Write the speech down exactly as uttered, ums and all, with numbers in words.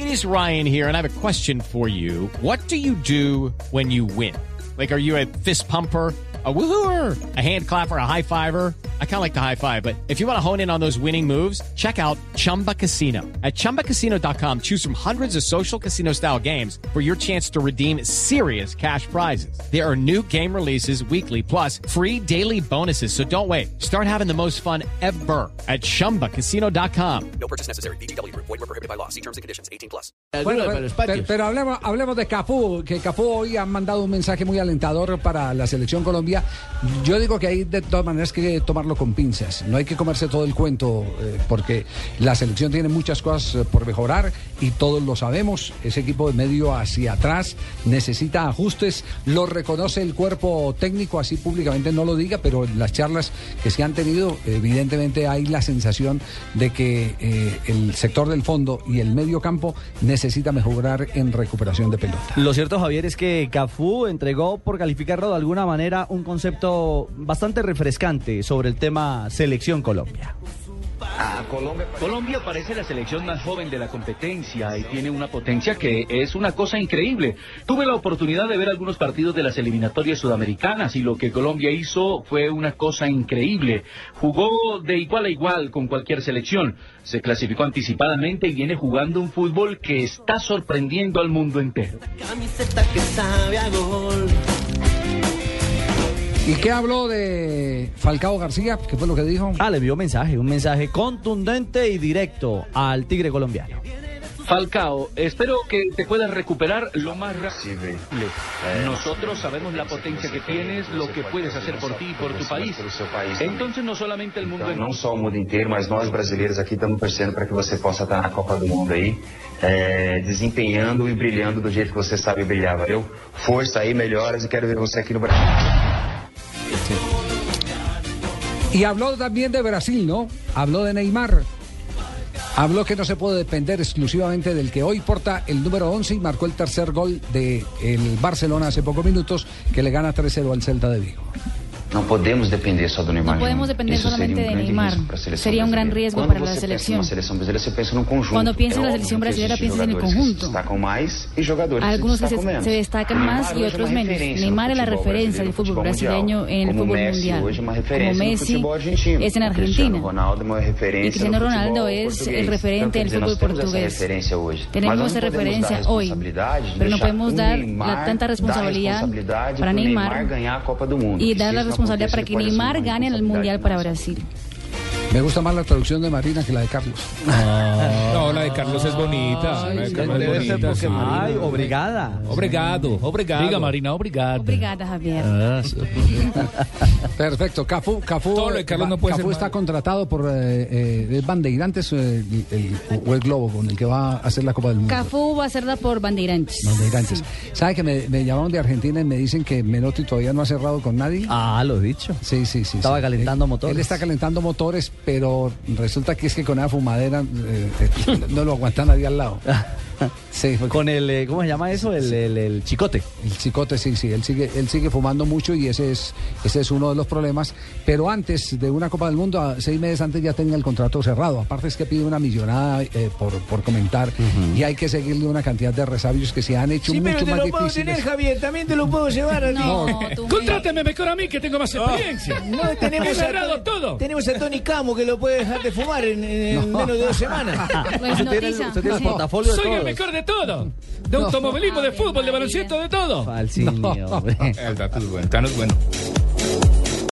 is Ryan here, and I have a question for you. What do you do when you win? Like, are you a fist pumper, a woohooer, a hand clapper, a high fiver? I kind of like the high five, but if you want to hone in on those winning moves, check out Chumba Casino. At chumba casino dot com, choose from hundreds of social casino style games for your chance to redeem serious cash prizes. There are new game releases weekly, plus free daily bonuses. So don't wait. Start having the most fun ever at chumba casino dot com. No purchase necessary. V G W Group. Void where prohibited by law. See terms and conditions. eighteen plus. Bueno, pero, pero, pero hablemos, hablemos de Cafú, que Cafú hoy ha mandado un mensaje muy alentador para la selección Colombia. Yo digo que hay de todas maneras que tomarlo con pinzas. No hay que comerse todo el cuento, eh, porque la selección tiene muchas cosas eh, por mejorar y todos lo sabemos. Ese equipo de medio hacia atrás necesita ajustes, lo reconoce el cuerpo técnico, así públicamente no lo diga, pero en las charlas que se han tenido, evidentemente hay la sensación de que eh, el sector del fondo y el medio campo necesita mejorar en recuperación de pelota. Lo cierto, Javier, es que Cafú entregó, por calificarlo de alguna manera, un concepto bastante refrescante sobre el tema Selección Colombia. Ah, Colombia... Colombia parece la selección más joven de la competencia y tiene una potencia que es una cosa increíble. Tuve la oportunidad de ver algunos partidos de las eliminatorias sudamericanas y lo que Colombia hizo fue una cosa increíble. Jugó de igual a igual con cualquier selección. Se clasificó anticipadamente y viene jugando un fútbol que está sorprendiendo al mundo entero. Camiseta que sabe a gol. ¿Y qué habló de Falcao García? ¿Qué fue lo que dijo? Ah, le envió un mensaje, un mensaje contundente y directo al Tigre colombiano. Falcao, espero que te puedas recuperar lo más rápido. Nosotros sabemos la potencia que tienes, lo que puedes hacer por ti y por tu país. Entonces no solamente el mundo... Então, não só o mundo inteiro, mas nós brasileiros aqui estamos torcendo para que você possa estar na Copa do Mundo aí, é, desempenhando e brilhando do jeito que você sabe brilhar, valeu? Força aí, melhoras e quero ver você aqui no Brasil. Y habló también de Brasil, ¿no? Habló de Neymar. Habló que no se puede depender exclusivamente del que hoy porta el número once y marcó el tercer gol del Barcelona hace pocos minutos, que le gana tres cero al Celta de Vigo. No podemos depender só do Neymar. No podemos depender Eso solamente sería un de Neymar. Sería un gran riesgo para la selección. Cuando piensa en la selección brasileña, piensa en el conjunto. Algunos que se, se destacan más y otros menos. Neymar es la referencia del fútbol brasileño en el fútbol mundial. Como Messi es en Argentina. Y Cristiano Ronaldo es el referente del fútbol portugués. Tenemos esa referencia hoy, pero no podemos dar la tanta responsabilidad para Neymar y dar la responsabilidad para que Neymar gane en el Mundial para Brasil. Me gusta más la traducción de Marina que la de Carlos. Ah. No, la de Carlos es bonita. Ay, la de Carlos es bonita. Sí. Ay, obrigada. Obrigado, obrigado. Diga, Marina, obrigado. Obrigada, Javier. Ah, Perfecto. Cafú, Cafú, Todo lo de Carlos no puede Cafú ser está malo. contratado por eh, eh, Bandeirantes eh, el, el, o el Globo, con el que va a hacer la Copa del Mundo. Cafú va a hacerla por Bandeirantes. Bandeirantes. Sí. ¿Sabe que me, me llamaron de Argentina y me dicen que Menotti todavía no ha cerrado con nadie? Ah, lo he dicho. Sí, sí, sí. Estaba sí. calentando él, motores. Él está calentando motores, pero resulta que es que con esa fumadera eh, eh, no lo aguanta nadie al lado. Sí, porque... Con el, eh, ¿cómo se llama eso? El, el, el chicote. El chicote, sí, sí, él sigue, él sigue fumando mucho y ese es, ese es uno de los problemas. Pero antes de una Copa del Mundo, a seis meses antes ya tenga el contrato cerrado. Aparte es que pide una millonada eh, por, por comentar uh-huh. y hay que seguirle una cantidad de resabios que se han hecho sí, mucho pero te más lo difíciles. puedo tener, Javier, también te lo puedo llevar a ti. No, Contráteme mejor a mí que tengo más experiencia. No, tenemos He a, agarrado todo. Tenemos a Tony Camo que lo puede dejar de fumar en, en No. menos de dos semanas. Pues Usted tiene, el, usted tiene el No. portafolio de Soy el todos. mejor de todo. De automovilismo, de fútbol, de baloncesto, de todo. Falsini, hombre. El dato es bueno. Tano es bueno.